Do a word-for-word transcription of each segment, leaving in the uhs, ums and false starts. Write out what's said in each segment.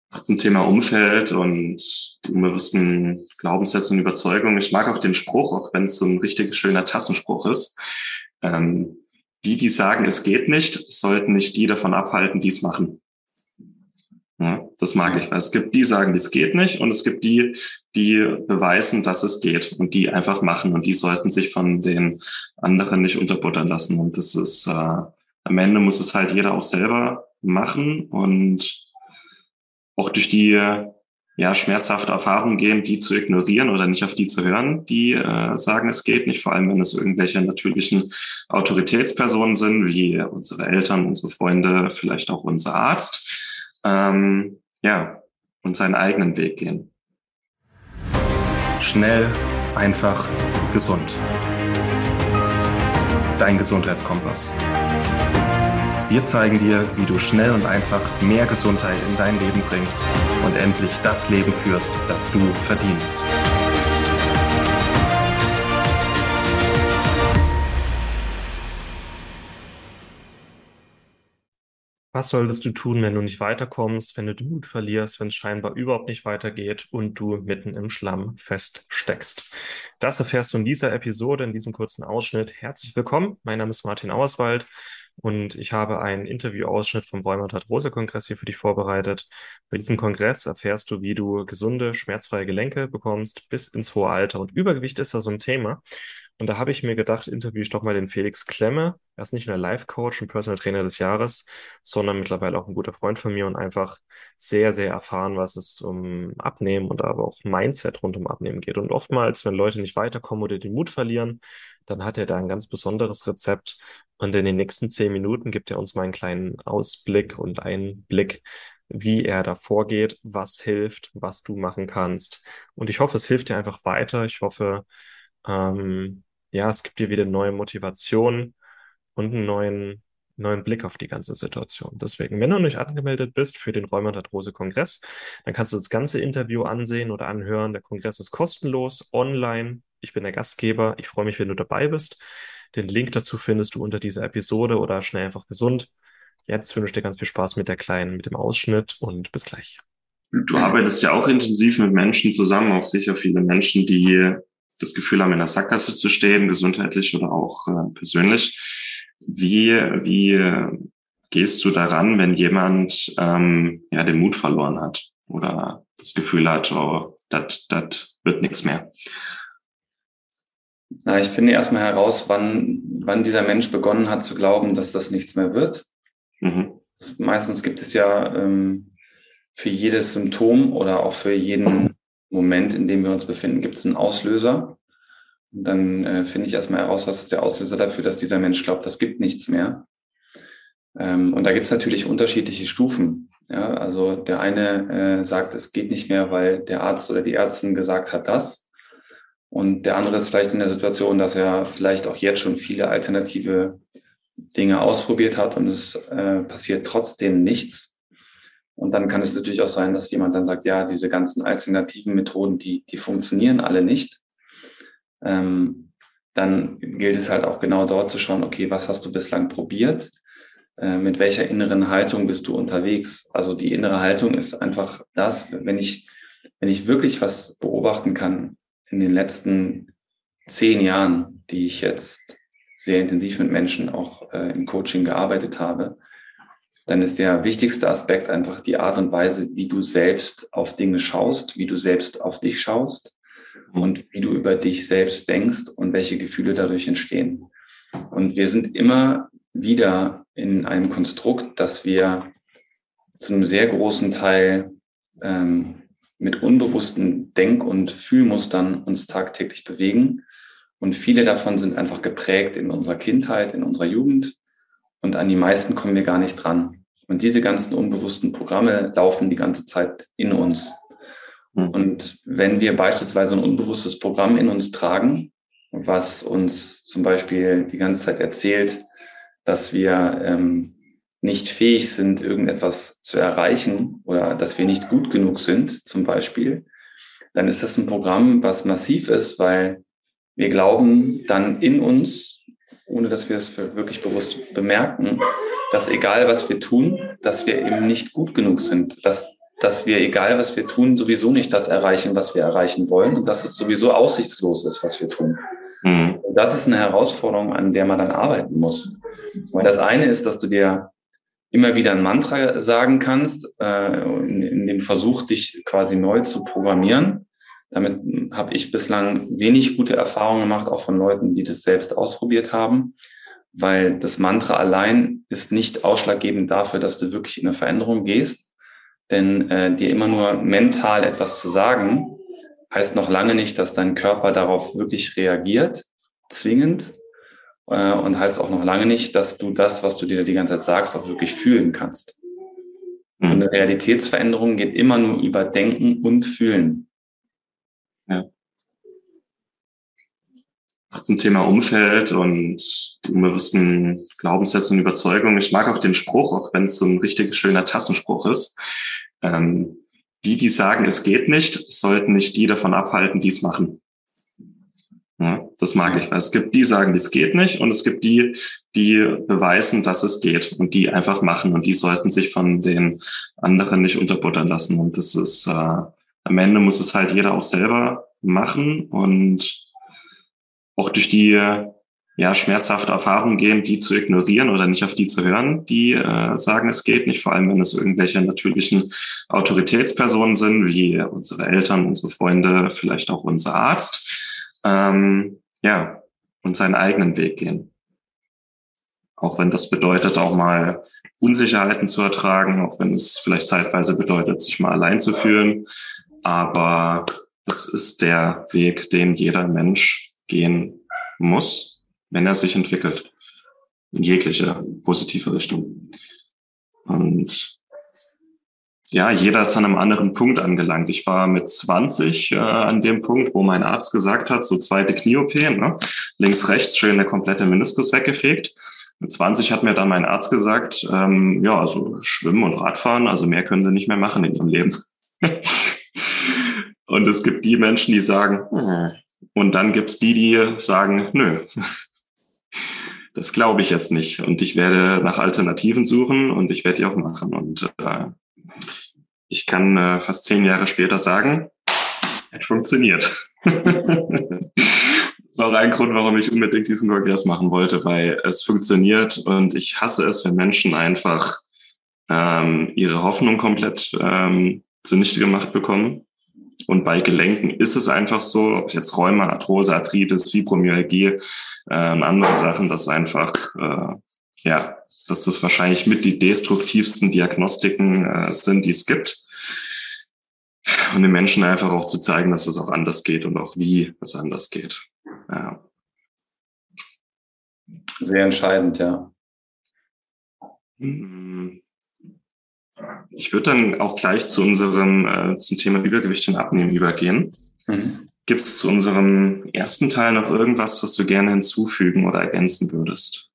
Auch zum Thema Umfeld und unbewussten Glaubenssätzen und Überzeugungen. Ich mag auch den Spruch, auch wenn es so ein richtig schöner Tassenspruch ist. Ähm, die, die sagen, es geht nicht, sollten nicht die davon abhalten, die es machen. Ja, das mag ich, weil es gibt die, sagen, es geht nicht, und es gibt die, die beweisen, dass es geht und die einfach machen, und die sollten sich von den anderen nicht unterbuttern lassen. Und das ist, äh, am Ende muss es halt jeder auch selber machen und auch durch die ja, schmerzhafte Erfahrung gehen, die zu ignorieren oder nicht auf die zu hören, die äh, sagen, es geht nicht, vor allem wenn es irgendwelche natürlichen Autoritätspersonen sind, wie unsere Eltern, unsere Freunde, vielleicht auch unser Arzt. Ähm, ja, und seinen eigenen Weg gehen. Schnell, einfach, gesund. Dein Gesundheitskompass. Wir zeigen dir, wie du schnell und einfach mehr Gesundheit in dein Leben bringst und endlich das Leben führst, das du verdienst. Was solltest du tun, wenn du nicht weiterkommst, wenn du den Mut verlierst, wenn es scheinbar überhaupt nicht weitergeht und du mitten im Schlamm feststeckst? Das erfährst du in dieser Episode, in diesem kurzen Ausschnitt. Herzlich willkommen, mein Name ist Martin Auerswald und ich habe einen Interviewausschnitt vom Rheumatoid-Rose-Kongress hier für dich vorbereitet. Bei diesem Kongress erfährst du, wie du gesunde, schmerzfreie Gelenke bekommst bis ins hohe Alter, und Übergewicht ist da so ein Thema. Und da habe ich mir gedacht, interviewe ich doch mal den Felix Klemme. Er ist nicht nur Life-Coach und Personal Trainer des Jahres, sondern mittlerweile auch ein guter Freund von mir und einfach sehr, sehr erfahren, was es um Abnehmen und aber auch Mindset rund um Abnehmen geht. Und oftmals, wenn Leute nicht weiterkommen oder den Mut verlieren, dann hat er da ein ganz besonderes Rezept. Und in den nächsten zehn Minuten gibt er uns mal einen kleinen Ausblick und Einblick, wie er da vorgeht, was hilft, was du machen kannst. Und ich hoffe, es hilft dir einfach weiter. Ich hoffe, ähm, ja, es gibt dir wieder neue Motivation und einen neuen, neuen Blick auf die ganze Situation. Deswegen, wenn du nicht angemeldet bist für den Rheumatoid-Rose-Kongress, dann kannst du das ganze Interview ansehen oder anhören. Der Kongress ist kostenlos, online. Ich bin der Gastgeber. Ich freue mich, wenn du dabei bist. Den Link dazu findest du unter dieser Episode oder schnell einfach gesund. Jetzt wünsche ich dir ganz viel Spaß mit der kleinen, mit dem Ausschnitt, und bis gleich. Du arbeitest ja auch intensiv mit Menschen zusammen, auch sicher viele Menschen, die das Gefühl haben, in der Sackgasse zu stehen, gesundheitlich oder auch äh, persönlich. Wie, wie gehst du daran, wenn jemand ähm, ja den Mut verloren hat oder das Gefühl hat, oh, das wird nichts mehr? Na, ich finde erstmal heraus, wann, wann dieser Mensch begonnen hat zu glauben, dass das nichts mehr wird. Mhm. Meistens gibt es ja ähm, für jedes Symptom oder auch für jeden Moment, in dem wir uns befinden, gibt es einen Auslöser. Und dann äh, finde ich erstmal heraus, was ist der Auslöser dafür, dass dieser Mensch glaubt, das gibt nichts mehr. Ähm, und da gibt es natürlich unterschiedliche Stufen. Ja, also der eine äh, sagt, es geht nicht mehr, weil der Arzt oder die Ärztin gesagt hat das. Und der andere ist vielleicht in der Situation, dass er vielleicht auch jetzt schon viele alternative Dinge ausprobiert hat und es äh, passiert trotzdem nichts. Und dann kann es natürlich auch sein, dass jemand dann sagt, ja, diese ganzen alternativen Methoden, die, die funktionieren alle nicht. Ähm, dann gilt es halt auch genau dort zu schauen, okay, was hast du bislang probiert? Äh, mit welcher inneren Haltung bist du unterwegs? Also die innere Haltung ist einfach das, wenn ich, wenn ich wirklich was beobachten kann in den letzten zehn Jahren, die ich jetzt sehr intensiv mit Menschen auch äh, im Coaching gearbeitet habe, dann ist der wichtigste Aspekt einfach die Art und Weise, wie du selbst auf Dinge schaust, wie du selbst auf dich schaust und wie du über dich selbst denkst und welche Gefühle dadurch entstehen. Und wir sind immer wieder in einem Konstrukt, dass wir zu einem sehr großen Teil ähm, mit unbewussten Denk- und Fühlmustern uns tagtäglich bewegen. Und viele davon sind einfach geprägt in unserer Kindheit, in unserer Jugend. Und an die meisten kommen wir gar nicht dran. Und diese ganzen unbewussten Programme laufen die ganze Zeit in uns. Und wenn wir beispielsweise ein unbewusstes Programm in uns tragen, was uns zum Beispiel die ganze Zeit erzählt, dass wir ähm, nicht fähig sind, irgendetwas zu erreichen oder dass wir nicht gut genug sind, zum Beispiel, dann ist das ein Programm, was massiv ist, weil wir glauben dann in uns, ohne dass wir es wirklich bewusst bemerken, dass egal was wir tun, dass wir eben nicht gut genug sind, dass dass wir, egal was wir tun, sowieso nicht das erreichen, was wir erreichen wollen und dass es sowieso aussichtslos ist, was wir tun. Mhm. Und das ist eine Herausforderung, an der man dann arbeiten muss. Weil das eine ist, dass du dir immer wieder ein Mantra sagen kannst, äh, in, in dem Versuch, dich quasi neu zu programmieren. Damit habe ich bislang wenig gute Erfahrungen gemacht, auch von Leuten, die das selbst ausprobiert haben, weil das Mantra allein ist nicht ausschlaggebend dafür, dass du wirklich in eine Veränderung gehst, denn äh, dir immer nur mental etwas zu sagen, heißt noch lange nicht, dass dein Körper darauf wirklich reagiert, zwingend, äh, und heißt auch noch lange nicht, dass du das, was du dir die ganze Zeit sagst, auch wirklich fühlen kannst. Mhm. Und eine Realitätsveränderung geht immer nur über Denken und Fühlen. Ja. Zum Thema Umfeld und unbewussten Glaubenssätzen und Überzeugungen. Ich mag auch den Spruch, auch wenn es so ein richtig schöner Tassenspruch ist. Ähm, die, die sagen, es geht nicht, sollten nicht die davon abhalten, die es machen. Ja, das mag ich, weil es gibt die, die sagen, es geht nicht, und es gibt die, die beweisen, dass es geht und die einfach machen, und die sollten sich von den anderen nicht unterbuttern lassen. Und das ist, äh, am Ende muss es halt jeder auch selber machen und auch durch die ja schmerzhafte Erfahrung gehen, die zu ignorieren oder nicht auf die zu hören, die äh, sagen, es geht nicht, vor allem wenn es irgendwelche natürlichen Autoritätspersonen sind, wie unsere Eltern, unsere Freunde, vielleicht auch unser Arzt, ähm, ja, und seinen eigenen Weg gehen. Auch wenn das bedeutet, auch mal Unsicherheiten zu ertragen, auch wenn es vielleicht zeitweise bedeutet, sich mal allein zu fühlen, aber das ist der Weg, den jeder Mensch gehen muss, wenn er sich entwickelt, in jegliche positive Richtung. Und ja, jeder ist an einem anderen Punkt angelangt. Ich war mit zwanzig äh, an dem Punkt, wo mein Arzt gesagt hat, so zweite Knie-O P, ne? Links, rechts, schön der komplette Meniskus weggefegt. Mit zwanzig hat mir dann mein Arzt gesagt, ähm, ja, also Schwimmen und Radfahren, also mehr können sie nicht mehr machen in ihrem Leben. Und es gibt die Menschen, die sagen, hm. Und dann gibt's die, die sagen, nö, das glaube ich jetzt nicht. Und ich werde nach Alternativen suchen und ich werde die auch machen. Und äh, ich kann äh, fast zehn Jahre später sagen, es funktioniert. Das war auch ein Grund, warum ich unbedingt diesen Kongress machen wollte, weil es funktioniert, und ich hasse es, wenn Menschen einfach ähm, ihre Hoffnung komplett ähm, zunichte gemacht bekommen. Und bei Gelenken ist es einfach so, ob jetzt Rheuma, Arthrose, Arthritis, Fibromyalgie, äh, andere Sachen, das einfach, äh, ja, dass das wahrscheinlich mit die destruktivsten Diagnostiken äh, sind, die es gibt. Und den Menschen einfach auch zu zeigen, dass es auch anders geht und auch wie es anders geht. Ja. Sehr entscheidend, ja. Ich würde dann auch gleich zu unserem äh, zum Thema Übergewicht und Abnehmen übergehen. Mhm. Gibt es zu unserem ersten Teil noch irgendwas, was du gerne hinzufügen oder ergänzen würdest?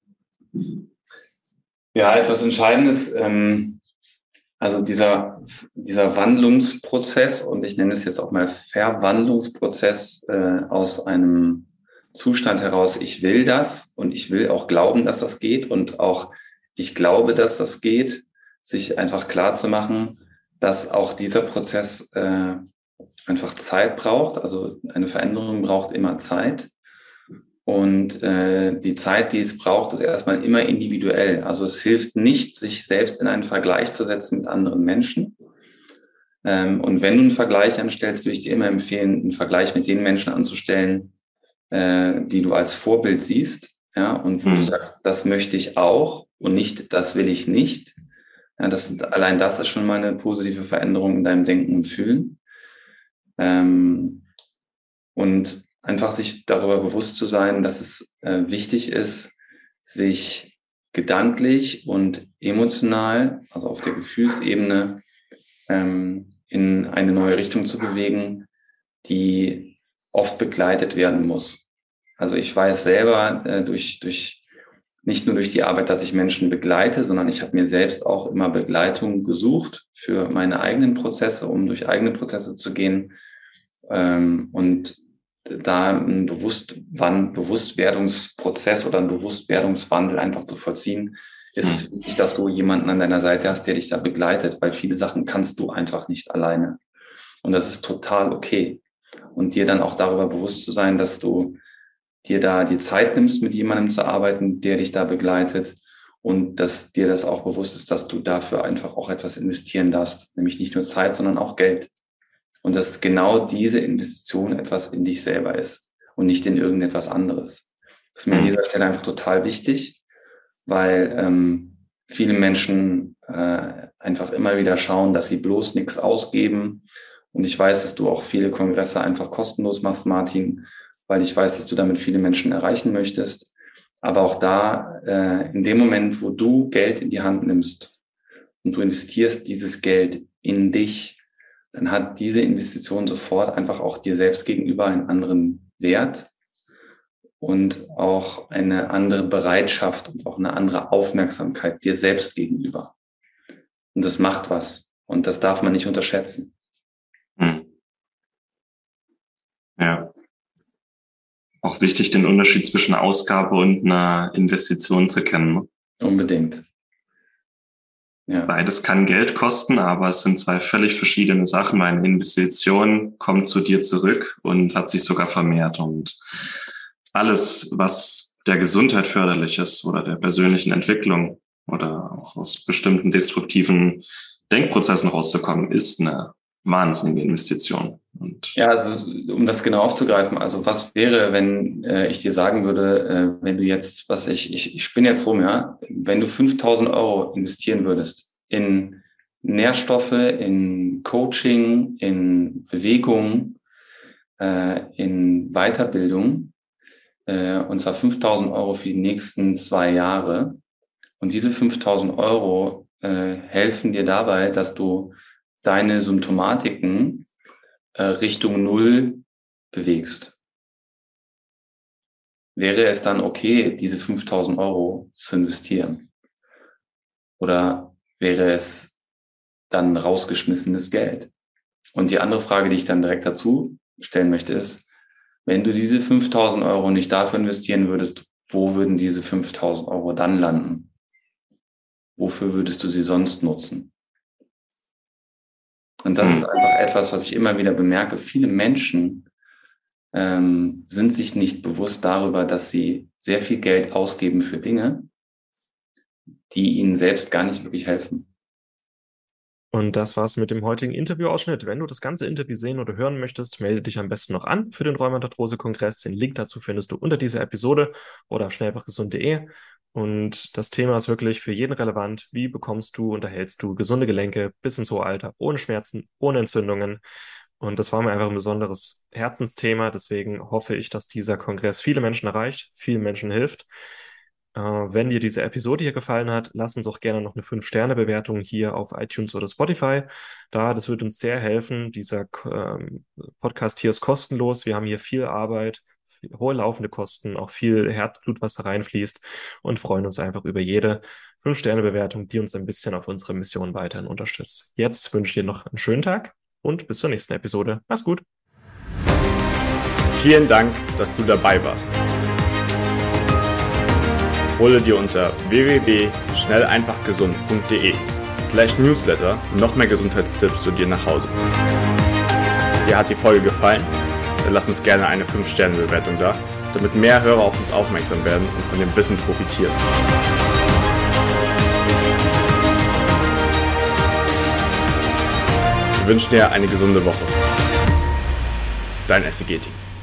Ja, etwas Entscheidendes. Ähm, also dieser, dieser Wandlungsprozess, und ich nenne es jetzt auch mal Verwandlungsprozess äh, aus einem Zustand heraus, ich will das und ich will auch glauben, dass das geht, und auch ich glaube, dass das geht, sich einfach klar zu machen, dass auch dieser Prozess äh, einfach Zeit braucht. Also eine Veränderung braucht immer Zeit. Und äh, die Zeit, die es braucht, ist erstmal immer individuell. Also es hilft nicht, sich selbst in einen Vergleich zu setzen mit anderen Menschen. Ähm, und wenn du einen Vergleich anstellst, würde ich dir immer empfehlen, einen Vergleich mit den Menschen anzustellen, äh, die du als Vorbild siehst. Ja, und wo mhm. du sagst, das möchte ich auch und nicht, das will ich nicht. Ja, das, allein das ist schon mal eine positive Veränderung in deinem Denken und Fühlen. Ähm, und einfach sich darüber bewusst zu sein, dass es äh, wichtig ist, sich gedanklich und emotional, also auf der Gefühlsebene, ähm, in eine neue Richtung zu bewegen, die oft begleitet werden muss. Also ich weiß selber äh, durch, durch nicht nur durch die Arbeit, dass ich Menschen begleite, sondern ich habe mir selbst auch immer Begleitung gesucht für meine eigenen Prozesse, um durch eigene Prozesse zu gehen, ähm, und da einen Bewusstwand- Bewusstwerdungsprozess oder einen Bewusstwerdungswandel einfach zu vollziehen, ist es wichtig, dass du jemanden an deiner Seite hast, der dich da begleitet, weil viele Sachen kannst du einfach nicht alleine. Und das ist total okay. Und dir dann auch darüber bewusst zu sein, dass du dir da die Zeit nimmst, mit jemandem zu arbeiten, der dich da begleitet und dass dir das auch bewusst ist, dass du dafür einfach auch etwas investieren darfst, nämlich nicht nur Zeit, sondern auch Geld. Und dass genau diese Investition etwas in dich selber ist und nicht in irgendetwas anderes. Das ist mir an dieser Stelle einfach total wichtig, weil ähm, viele Menschen äh, einfach immer wieder schauen, dass sie bloß nichts ausgeben. Und ich weiß, dass du auch viele Kongresse einfach kostenlos machst, Martin, weil ich weiß, dass du damit viele Menschen erreichen möchtest. Aber auch da, äh, in dem Moment, wo du Geld in die Hand nimmst und du investierst dieses Geld in dich, dann hat diese Investition sofort einfach auch dir selbst gegenüber einen anderen Wert und auch eine andere Bereitschaft und auch eine andere Aufmerksamkeit dir selbst gegenüber. Und das macht was. Und das darf man nicht unterschätzen. Hm. Ja. Auch wichtig, den Unterschied zwischen Ausgabe und einer Investition zu kennen. Unbedingt. Ja. Beides kann Geld kosten, aber es sind zwei völlig verschiedene Sachen. Eine Investition kommt zu dir zurück und hat sich sogar vermehrt. Und alles, was der Gesundheit förderlich ist oder der persönlichen Entwicklung oder auch aus bestimmten destruktiven Denkprozessen rauszukommen, ist eine wahnsinnige Investition. Und ja, also um das genau aufzugreifen, also was wäre, wenn äh, ich dir sagen würde, äh, wenn du jetzt, was ich, ich, ich spinne jetzt rum, ja, wenn du fünftausend Euro investieren würdest in Nährstoffe, in Coaching, in Bewegung, äh, in Weiterbildung, äh, und zwar fünftausend Euro für die nächsten zwei Jahre. Und diese fünftausend Euro äh, helfen dir dabei, dass du deine Symptomatiken äh, Richtung Null bewegst. Wäre es dann okay, diese fünftausend Euro zu investieren? Oder wäre es dann rausgeschmissenes Geld? Und die andere Frage, die ich dann direkt dazu stellen möchte, ist, wenn du diese fünftausend Euro nicht dafür investieren würdest, wo würden diese fünftausend Euro dann landen? Wofür würdest du sie sonst nutzen? Und das ist einfach etwas, was ich immer wieder bemerke. Viele Menschen ähm, sind sich nicht bewusst darüber, dass sie sehr viel Geld ausgeben für Dinge, die ihnen selbst gar nicht wirklich helfen. Und das war's mit dem heutigen Interviewausschnitt. Wenn du das ganze Interview sehen oder hören möchtest, melde dich am besten noch an für den Rheumatarthrose-Kongress. Den Link dazu findest du unter dieser Episode oder auf schnellfachgesund punkt de. Und das Thema ist wirklich für jeden relevant. Wie bekommst du und erhältst du gesunde Gelenke bis ins hohe Alter, ohne Schmerzen, ohne Entzündungen? Und das war mir einfach ein besonderes Herzensthema. Deswegen hoffe ich, dass dieser Kongress viele Menschen erreicht, vielen Menschen hilft. Äh, wenn dir diese Episode hier gefallen hat, lass uns auch gerne noch eine fünf Sterne Bewertung hier auf iTunes oder Spotify da. Das wird uns sehr helfen. Dieser ähm, Podcast hier ist kostenlos. Wir haben hier viel Arbeit, hohe laufende Kosten, auch viel Herzblut, was da reinfließt und freuen uns einfach über jede fünf Sterne Bewertung, die uns ein bisschen auf unserer Mission weiterhin unterstützt. Jetzt wünsche ich dir noch einen schönen Tag und bis zur nächsten Episode. Mach's gut. Vielen Dank, dass du dabei warst. Hole dir unter w w w punkt schnell einfach gesund punkt de slash newsletter noch mehr Gesundheitstipps zu dir nach Hause. Dir hat die Folge gefallen? Dann lass uns gerne eine fünf Sterne Bewertung da, damit mehr Hörer auf uns aufmerksam werden und von dem Wissen profitieren. Wir wünschen dir eine gesunde Woche. Dein S C G-Team.